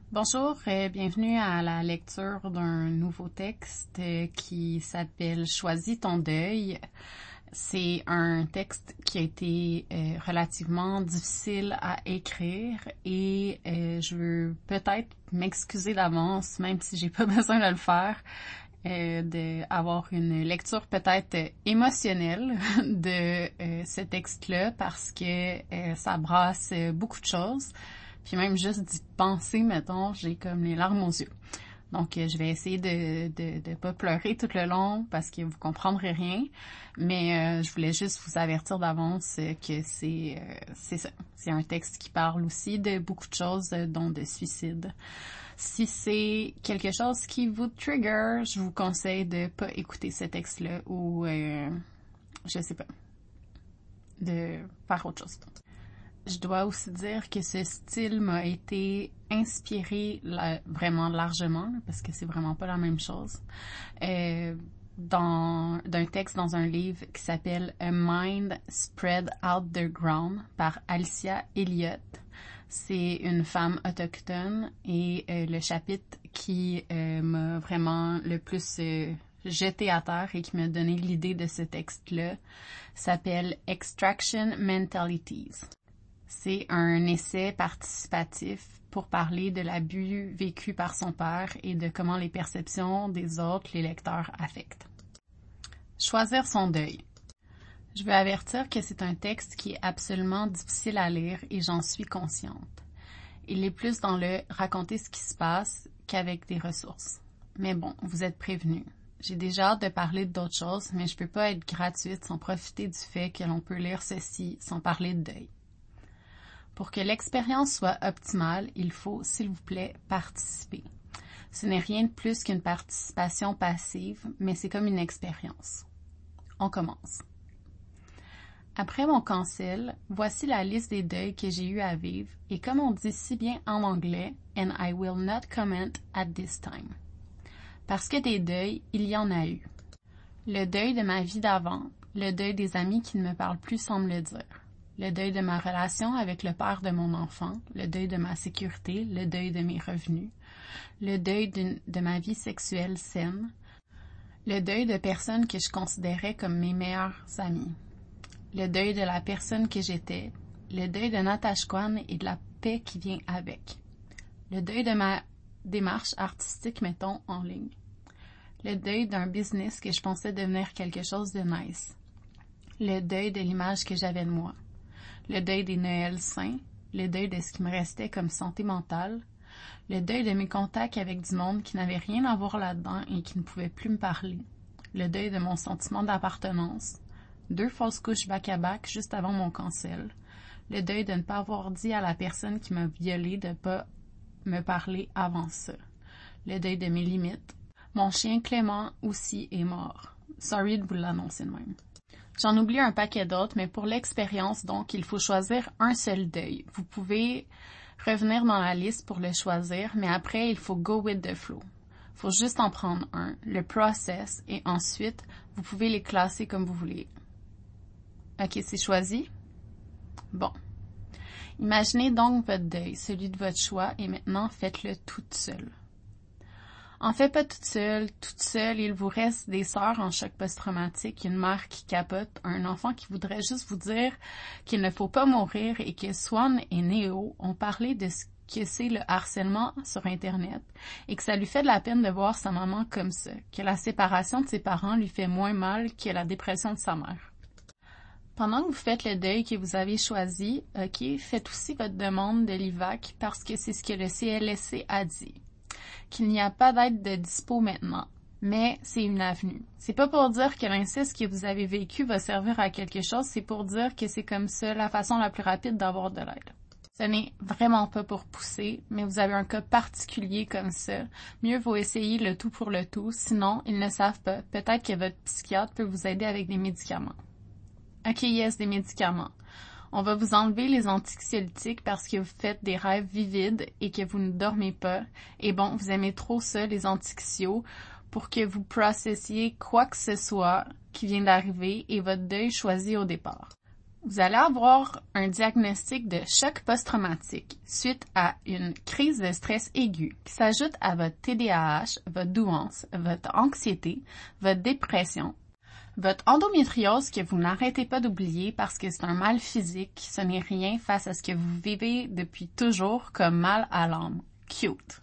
Bonjour, bienvenue à la lecture d'un nouveau texte qui s'appelle « Choisis ton deuil ». C'est un texte qui a été relativement difficile à écrire et je veux peut-être m'excuser d'avance, même si j'ai pas besoin de le faire, d'avoir une lecture peut-être émotionnelle de ce texte-là parce que ça brasse beaucoup de choses. Puis même juste d'y penser, mettons, j'ai comme les larmes aux yeux. Donc, je vais essayer de pas pleurer tout le long parce que vous comprendrez rien. Mais je voulais juste vous avertir d'avance que c'est ça. C'est un texte qui parle aussi de beaucoup de choses, dont de suicide. Si c'est quelque chose qui vous trigger, je vous conseille de pas écouter ce texte-là ou, je sais pas, de faire autre chose. Je dois aussi dire que ce style m'a été inspiré vraiment largement, parce que c'est vraiment pas la même chose, d'un texte dans un livre qui s'appelle A Mind Spread Out the Ground par Alicia Elliott. C'est une femme autochtone et le chapitre qui m'a vraiment le plus jeté à terre et qui m'a donné l'idée de ce texte-là s'appelle Extraction Mentalities. C'est un essai participatif pour parler de l'abus vécu par son père et de comment les perceptions des autres les lecteurs affectent. Choisir son deuil. Je veux avertir que c'est un texte qui est absolument difficile à lire et j'en suis consciente. Il est plus dans le raconter ce qui se passe qu'avec des ressources. Mais bon, vous êtes prévenus. J'ai déjà hâte de parler d'autres choses, mais je peux pas être gratuite sans profiter du fait que l'on peut lire ceci sans parler de deuil. Pour que l'expérience soit optimale, il faut, s'il vous plaît, participer. Ce n'est rien de plus qu'une participation passive, mais c'est comme une expérience. On commence. Après mon cancel, voici la liste des deuils que j'ai eu à vivre, et comme on dit si bien en anglais, and I will not comment at this time. Parce que des deuils, il y en a eu. Le deuil de ma vie d'avant, le deuil des amis qui ne me parlent plus sans me le dire. Le deuil de ma relation avec le père de mon enfant, le deuil de ma sécurité, le deuil de mes revenus, le deuil de ma vie sexuelle saine, le deuil de personnes que je considérais comme mes meilleurs amis, le deuil de la personne que j'étais, le deuil de Natashquan et de la paix qui vient avec, le deuil de ma démarche artistique, mettons, en ligne, le deuil d'un business que je pensais devenir quelque chose de nice, le deuil de l'image que j'avais de moi, le deuil des Noëls sains, le deuil de ce qui me restait comme santé mentale, le deuil de mes contacts avec du monde qui n'avait rien à voir là-dedans et qui ne pouvait plus me parler, le deuil de mon sentiment d'appartenance, 2 fausses couches back-à-back juste avant mon cancel, le deuil de ne pas avoir dit à la personne qui m'a violée de ne pas me parler avant ça, le deuil de mes limites. Mon chien Clément aussi est mort. Sorry de vous l'annoncer de même. J'en oublie un paquet d'autres, mais pour l'expérience, donc, il faut choisir un seul deuil. Vous pouvez revenir dans la liste pour le choisir, mais après, il faut go with the flow. Il faut juste en prendre un, le process, et ensuite, vous pouvez les classer comme vous voulez. Ok, c'est choisi? Bon. Imaginez donc votre deuil, celui de votre choix, et maintenant, faites-le toute seule. En fait, pas toute seule, il vous reste des sœurs en choc post-traumatique, une mère qui capote, un enfant qui voudrait juste vous dire qu'il ne faut pas mourir et que Swan et Néo ont parlé de ce que c'est le harcèlement sur Internet et que ça lui fait de la peine de voir sa maman comme ça, que la séparation de ses parents lui fait moins mal que la dépression de sa mère. Pendant que vous faites le deuil que vous avez choisi, ok, faites aussi votre demande de l'IVAC parce que c'est ce que le CLSC a dit. Qu'il n'y a pas d'aide de dispo maintenant, mais c'est une avenue. C'est pas pour dire que l'inceste que vous avez vécu va servir à quelque chose, c'est pour dire que c'est comme ça la façon la plus rapide d'avoir de l'aide. Ce n'est vraiment pas pour pousser, mais vous avez un cas particulier comme ça. Mieux vaut essayer le tout pour le tout, sinon ils ne savent pas. Peut-être que votre psychiatre peut vous aider avec des médicaments. Ok, yes, des médicaments. On va vous enlever les anxiolytiques parce que vous faites des rêves vivides et que vous ne dormez pas. Et bon, vous aimez trop ça, les anxiolytiques, pour que vous processiez quoi que ce soit qui vient d'arriver et votre deuil choisi au départ. Vous allez avoir un diagnostic de choc post-traumatique suite à une crise de stress aiguë qui s'ajoute à votre TDAH, votre douance, votre anxiété, votre dépression, votre endométriose que vous n'arrêtez pas d'oublier parce que c'est un mal physique, ce n'est rien face à ce que vous vivez depuis toujours comme mal à l'âme. Cute.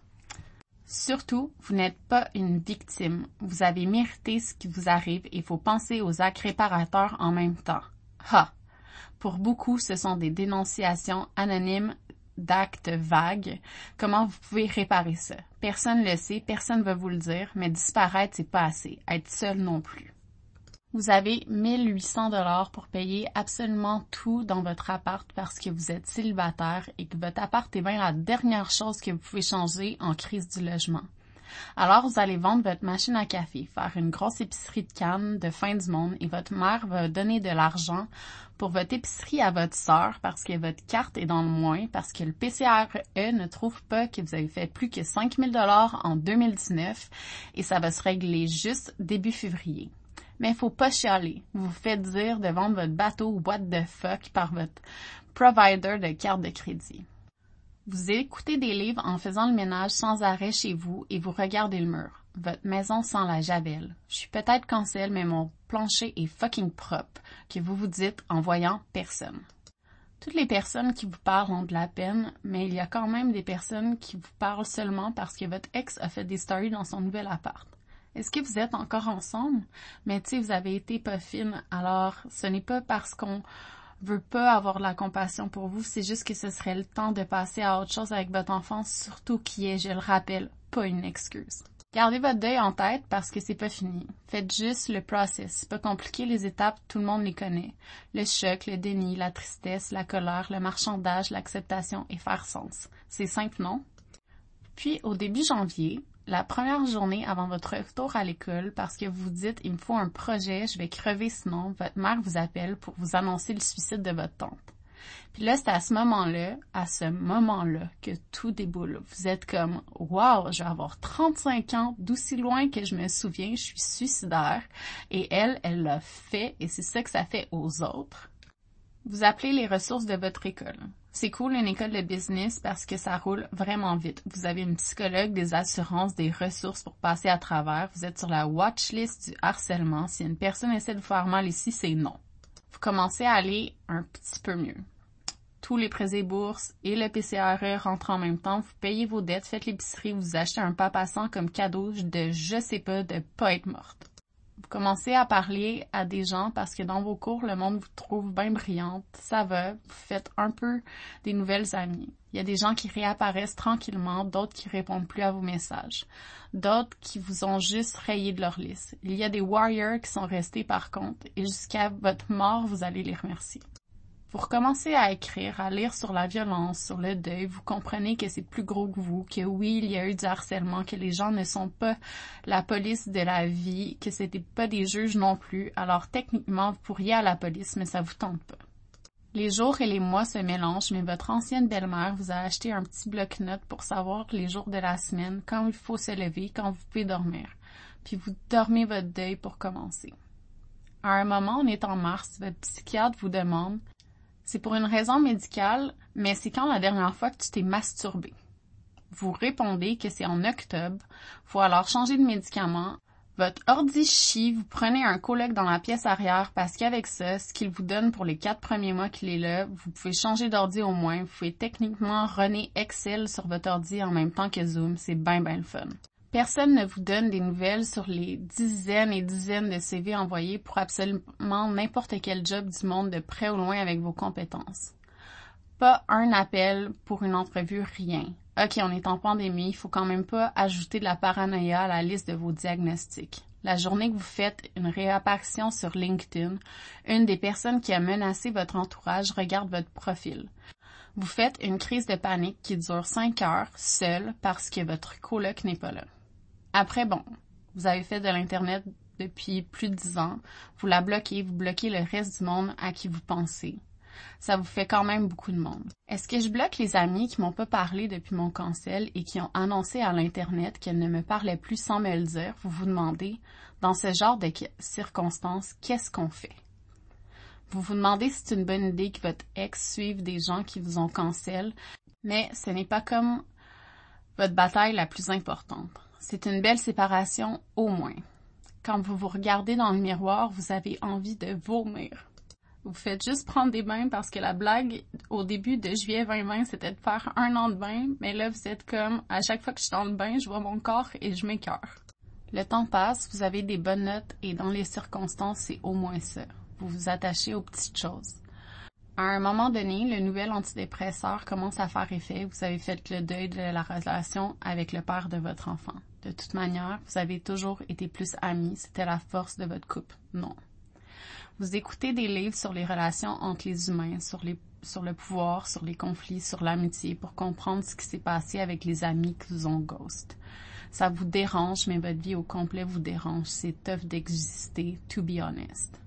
Surtout, vous n'êtes pas une victime. Vous avez mérité ce qui vous arrive et il faut penser aux actes réparateurs en même temps. Ha! Pour beaucoup, ce sont des dénonciations anonymes d'actes vagues. Comment vous pouvez réparer ça? Personne ne le sait, personne ne va vous le dire, mais disparaître, c'est pas assez. Être seul non plus. Vous avez 1800 $ pour payer absolument tout dans votre appart parce que vous êtes célibataire et que votre appart est bien la dernière chose que vous pouvez changer en crise du logement. Alors, vous allez vendre votre machine à café, faire une grosse épicerie de cannes de fin du monde et votre mère va donner de l'argent pour votre épicerie à votre sœur parce que votre carte est dans le moins, parce que le PCRE ne trouve pas que vous avez fait plus que 5000 $ en 2019 et ça va se régler juste début février. Mais faut pas chialer. Vous vous faites dire de vendre votre bateau what the fuck par votre provider de carte de crédit. Vous écoutez des livres en faisant le ménage sans arrêt chez vous et vous regardez le mur. Votre maison sent la javel. Je suis peut-être cancel, mais mon plancher est fucking propre, que vous vous dites en voyant personne. Toutes les personnes qui vous parlent ont de la peine, mais il y a quand même des personnes qui vous parlent seulement parce que votre ex a fait des stories dans son nouvel appart. Est-ce que vous êtes encore ensemble? Mais tu sais, vous avez été pas fine, alors ce n'est pas parce qu'on veut pas avoir de la compassion pour vous, c'est juste que ce serait le temps de passer à autre chose avec votre enfant, surtout qui est, je le rappelle, pas une excuse. Gardez votre deuil en tête parce que c'est pas fini. Faites juste le process. C'est pas compliqué, les étapes, tout le monde les connaît. Le choc, le déni, la tristesse, la colère, le marchandage, l'acceptation et faire sens. C'est simple, non? Puis, au début janvier, la première journée avant votre retour à l'école, parce que vous vous dites « il me faut un projet, je vais crever sinon », votre mère vous appelle pour vous annoncer le suicide de votre tante. Puis là, c'est à ce moment-là, que tout déboule. Vous êtes comme « wow, je vais avoir 35 ans, d'aussi loin que je me souviens, je suis suicidaire. » Et elle l'a fait et c'est ça que ça fait aux autres. Vous appelez les ressources de votre école. C'est cool une école de business parce que ça roule vraiment vite. Vous avez une psychologue, des assurances, des ressources pour passer à travers. Vous êtes sur la watchlist du harcèlement. Si une personne essaie de vous faire mal ici, c'est non. Vous commencez à aller un petit peu mieux. Tous les prêts et bourses et le PCRE rentrent en même temps. Vous payez vos dettes, faites l'épicerie, vous achetez un papasan comme cadeau de je sais pas, de pas être morte. Vous commencez à parler à des gens parce que dans vos cours, le monde vous trouve bien brillante. Ça va, vous faites un peu des nouvelles amies. Il y a des gens qui réapparaissent tranquillement, d'autres qui répondent plus à vos messages, d'autres qui vous ont juste rayé de leur liste. Il y a des warriors qui sont restés par contre et jusqu'à votre mort, vous allez les remercier. Vous recommencez à écrire, à lire sur la violence, sur le deuil, vous comprenez que c'est plus gros que vous, que oui, il y a eu du harcèlement, que les gens ne sont pas la police de la vie, que c'était pas des juges non plus, alors techniquement, vous pourriez à la police, mais ça vous tente pas. Les jours et les mois se mélangent, mais votre ancienne belle-mère vous a acheté un petit bloc-notes pour savoir les jours de la semaine, quand il faut se lever, quand vous pouvez dormir. Puis vous dormez votre deuil pour commencer. À un moment, on est en mars, votre psychiatre vous demande c'est pour une raison médicale, mais c'est quand la dernière fois que tu t'es masturbé? Vous répondez que c'est en octobre. Faut alors changer de médicament. Votre ordi chie, vous prenez un coloc dans la pièce arrière parce qu'avec ça, ce qu'il vous donne pour les 4 premiers mois qu'il est là, vous pouvez changer d'ordi au moins. Vous pouvez techniquement runner Excel sur votre ordi en même temps que Zoom. C'est bien le fun. Personne ne vous donne des nouvelles sur les dizaines et dizaines de CV envoyés pour absolument n'importe quel job du monde de près ou loin avec vos compétences. Pas un appel pour une entrevue, rien. OK, on est en pandémie, il faut quand même pas ajouter de la paranoïa à la liste de vos diagnostics. La journée que vous faites une réapparition sur LinkedIn, une des personnes qui a menacé votre entourage regarde votre profil. Vous faites une crise de panique qui dure 5 heures, seule, parce que votre coloc n'est pas là. Après, bon, vous avez fait de l'Internet depuis plus de 10 ans, vous la bloquez, vous bloquez le reste du monde à qui vous pensez. Ça vous fait quand même beaucoup de monde. Est-ce que je bloque les amis qui m'ont pas parlé depuis mon cancel et qui ont annoncé à l'Internet qu'elles ne me parlaient plus sans me le dire? Vous vous demandez, dans ce genre de circonstances, qu'est-ce qu'on fait? Vous vous demandez si c'est une bonne idée que votre ex suive des gens qui vous ont cancel, mais ce n'est pas comme votre bataille la plus importante. C'est une belle séparation au moins. Quand vous vous regardez dans le miroir, vous avez envie de vomir. Vous faites juste prendre des bains parce que la blague au début de juillet 2020, c'était de faire 1 an de bain, mais là, vous êtes comme, à chaque fois que je suis dans le bain, je vois mon corps et je m'écœure. Le temps passe, vous avez des bonnes notes et dans les circonstances, c'est au moins ça. Vous vous attachez aux petites choses. À un moment donné, le nouvel antidépresseur commence à faire effet. Vous avez fait le deuil de la relation avec le père de votre enfant. De toute manière, vous avez toujours été plus amis. C'était la force de votre couple. Non. Vous écoutez des livres sur les relations entre les humains, sur le pouvoir, sur les conflits, sur l'amitié, pour comprendre ce qui s'est passé avec les amis qui vous ont ghost. Ça vous dérange, mais votre vie au complet vous dérange. C'est tough d'exister, to be honest.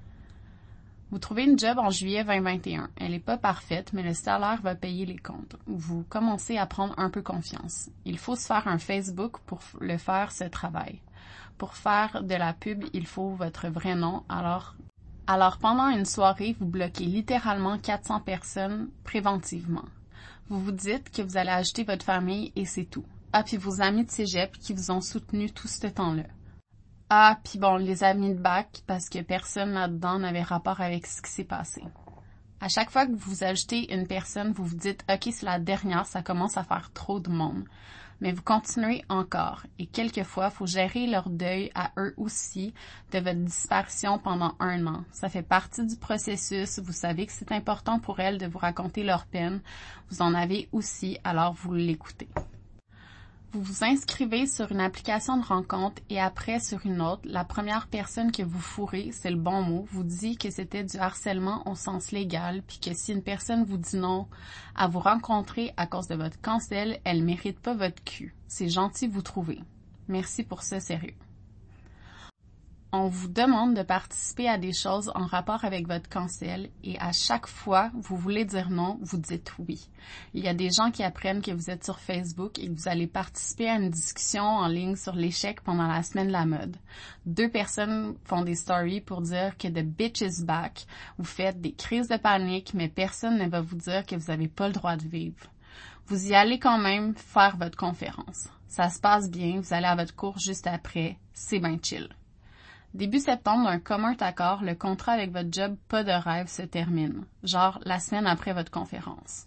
Vous trouvez une job en juillet 2021. Elle n'est pas parfaite, mais le salaire va payer les comptes. Vous commencez à prendre un peu confiance. Il faut se faire un Facebook pour le faire, ce travail. Pour faire de la pub, il faut votre vrai nom. Alors pendant une soirée, vous bloquez littéralement 400 personnes préventivement. Vous vous dites que vous allez ajouter votre famille et c'est tout. Ah, puis vos amis de cégep qui vous ont soutenu tout ce temps-là. Ah, puis bon, les amis de bac, parce que personne là-dedans n'avait rapport avec ce qui s'est passé. À chaque fois que vous ajoutez une personne, vous vous dites « Ok, c'est la dernière, ça commence à faire trop de monde. » Mais vous continuez encore. Et quelquefois, il faut gérer leur deuil à eux aussi de votre disparition pendant 1 an. Ça fait partie du processus. Vous savez que c'est important pour elles de vous raconter leur peine. Vous en avez aussi, alors vous l'écoutez. Vous vous inscrivez sur une application de rencontre et après sur une autre, la première personne que vous fourrez, c'est le bon mot, vous dit que c'était du harcèlement au sens légal, puis que si une personne vous dit non à vous rencontrer à cause de votre cancel, elle mérite pas votre cul. C'est gentil vous trouver. Merci pour ce sérieux. On vous demande de participer à des choses en rapport avec votre cancel et à chaque fois vous voulez dire non, vous dites oui. Il y a des gens qui apprennent que vous êtes sur Facebook et que vous allez participer à une discussion en ligne sur l'échec pendant la semaine de la mode. 2 personnes font des stories pour dire que the bitch is back. Vous faites des crises de panique, mais personne ne va vous dire que vous n'avez pas le droit de vivre. Vous y allez quand même faire votre conférence. Ça se passe bien, vous allez à votre cours juste après, c'est bien chill. Début septembre, d'un commun accord, le contrat avec votre job pas de rêve se termine, genre la semaine après votre conférence.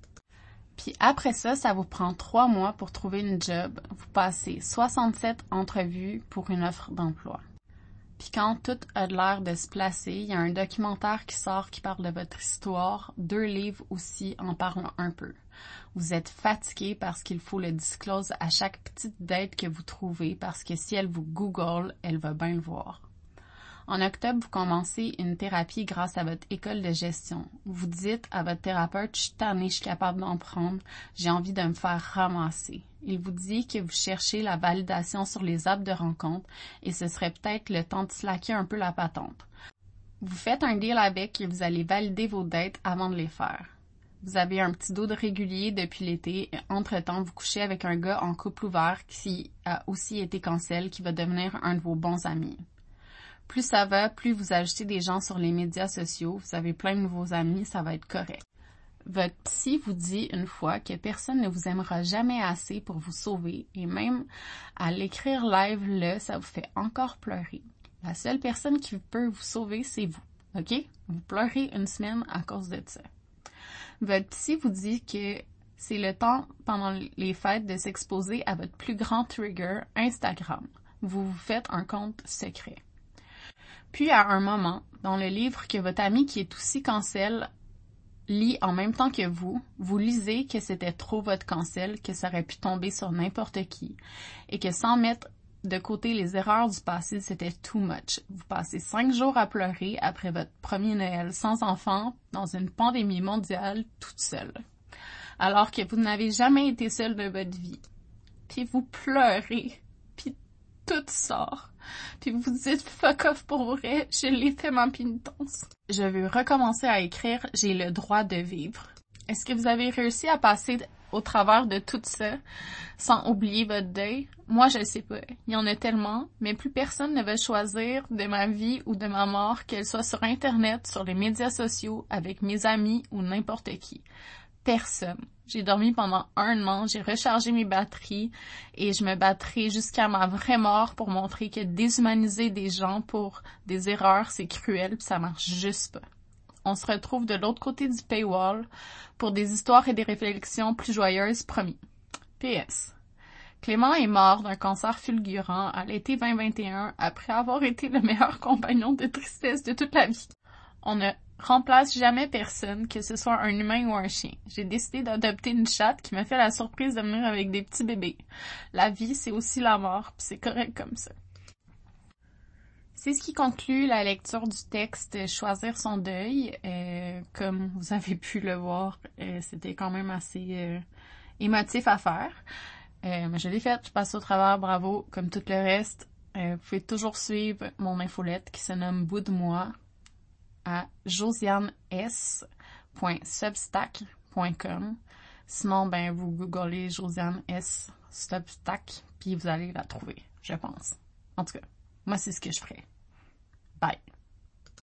Puis après ça, ça vous prend 3 mois pour trouver une job. Vous passez 67 entrevues pour une offre d'emploi. Puis quand tout a l'air de se placer, il y a un documentaire qui sort qui parle de votre histoire, 2 livres aussi en parlent un peu. Vous êtes fatigué parce qu'il faut le disclose à chaque petite date que vous trouvez parce que si elle vous Google, elle va bien le voir. En octobre, vous commencez une thérapie grâce à votre école de gestion. Vous dites à votre thérapeute, je suis tannée, je suis capable d'en prendre, j'ai envie de me faire ramasser. Il vous dit que vous cherchez la validation sur les apps de rencontre et ce serait peut-être le temps de slacker un peu la patente. Vous faites un deal avec et vous allez valider vos dates avant de les faire. Vous avez un petit doute régulier depuis l'été et entre-temps, vous couchez avec un gars en couple ouvert qui a aussi été cancel, qui va devenir un de vos bons amis. Plus ça va, plus vous ajoutez des gens sur les médias sociaux, vous avez plein de nouveaux amis, ça va être correct. Votre psy vous dit une fois que personne ne vous aimera jamais assez pour vous sauver et même à l'écrire live là, ça vous fait encore pleurer. La seule personne qui peut vous sauver, c'est vous, ok? Vous pleurez une semaine à cause de ça. Votre psy vous dit que c'est le temps pendant les fêtes de s'exposer à votre plus grand trigger, Instagram. Vous vous faites un compte secret. Puis à un moment, dans le livre que votre ami qui est aussi cancel lit en même temps que vous lisez que c'était trop votre cancel, que ça aurait pu tomber sur n'importe qui et que sans mettre de côté les erreurs du passé, c'était too much. Vous passez 5 jours à pleurer après votre premier Noël sans enfant, dans une pandémie mondiale, toute seule. Alors que vous n'avez jamais été seule de votre vie. Puis vous pleurez, puis tout sort. Puis vous dites fuck off pour vrai, je l'ai fait ma pénitence. Je veux recommencer à écrire, j'ai le droit de vivre. Est-ce que vous avez réussi à passer au travers de tout ça, sans oublier votre deuil? Moi, je sais pas. Il y en a tellement, mais plus personne ne va choisir de ma vie ou de ma mort, qu'elle soit sur Internet, sur les médias sociaux, avec mes amis ou n'importe qui. Personne. J'ai dormi pendant 1 an, j'ai rechargé mes batteries et je me battrai jusqu'à ma vraie mort pour montrer que déshumaniser des gens pour des erreurs, c'est cruel pis ça marche juste pas. On se retrouve de l'autre côté du paywall pour des histoires et des réflexions plus joyeuses, promis. PS. Clément est mort d'un cancer fulgurant à l'été 2021 après avoir été le meilleur compagnon de tristesse de toute la vie. On ne remplace jamais personne, que ce soit un humain ou un chien. J'ai décidé d'adopter une chatte qui m'a fait la surprise de venir avec des petits bébés. La vie, c'est aussi la mort, puis c'est correct comme ça. C'est ce qui conclut la lecture du texte Choisir son deuil. Comme vous avez pu le voir, c'était quand même assez émotif à faire. Mais je l'ai fait, je passe au travers, bravo, comme tout le reste. Vous pouvez toujours suivre mon infolette qui se nomme Bout de moi à josianes.substack.com. Sinon, ben, vous googlez Josiane S. Substack, puis vous allez la trouver, je pense. En tout cas, moi, c'est ce que je ferais. Bye.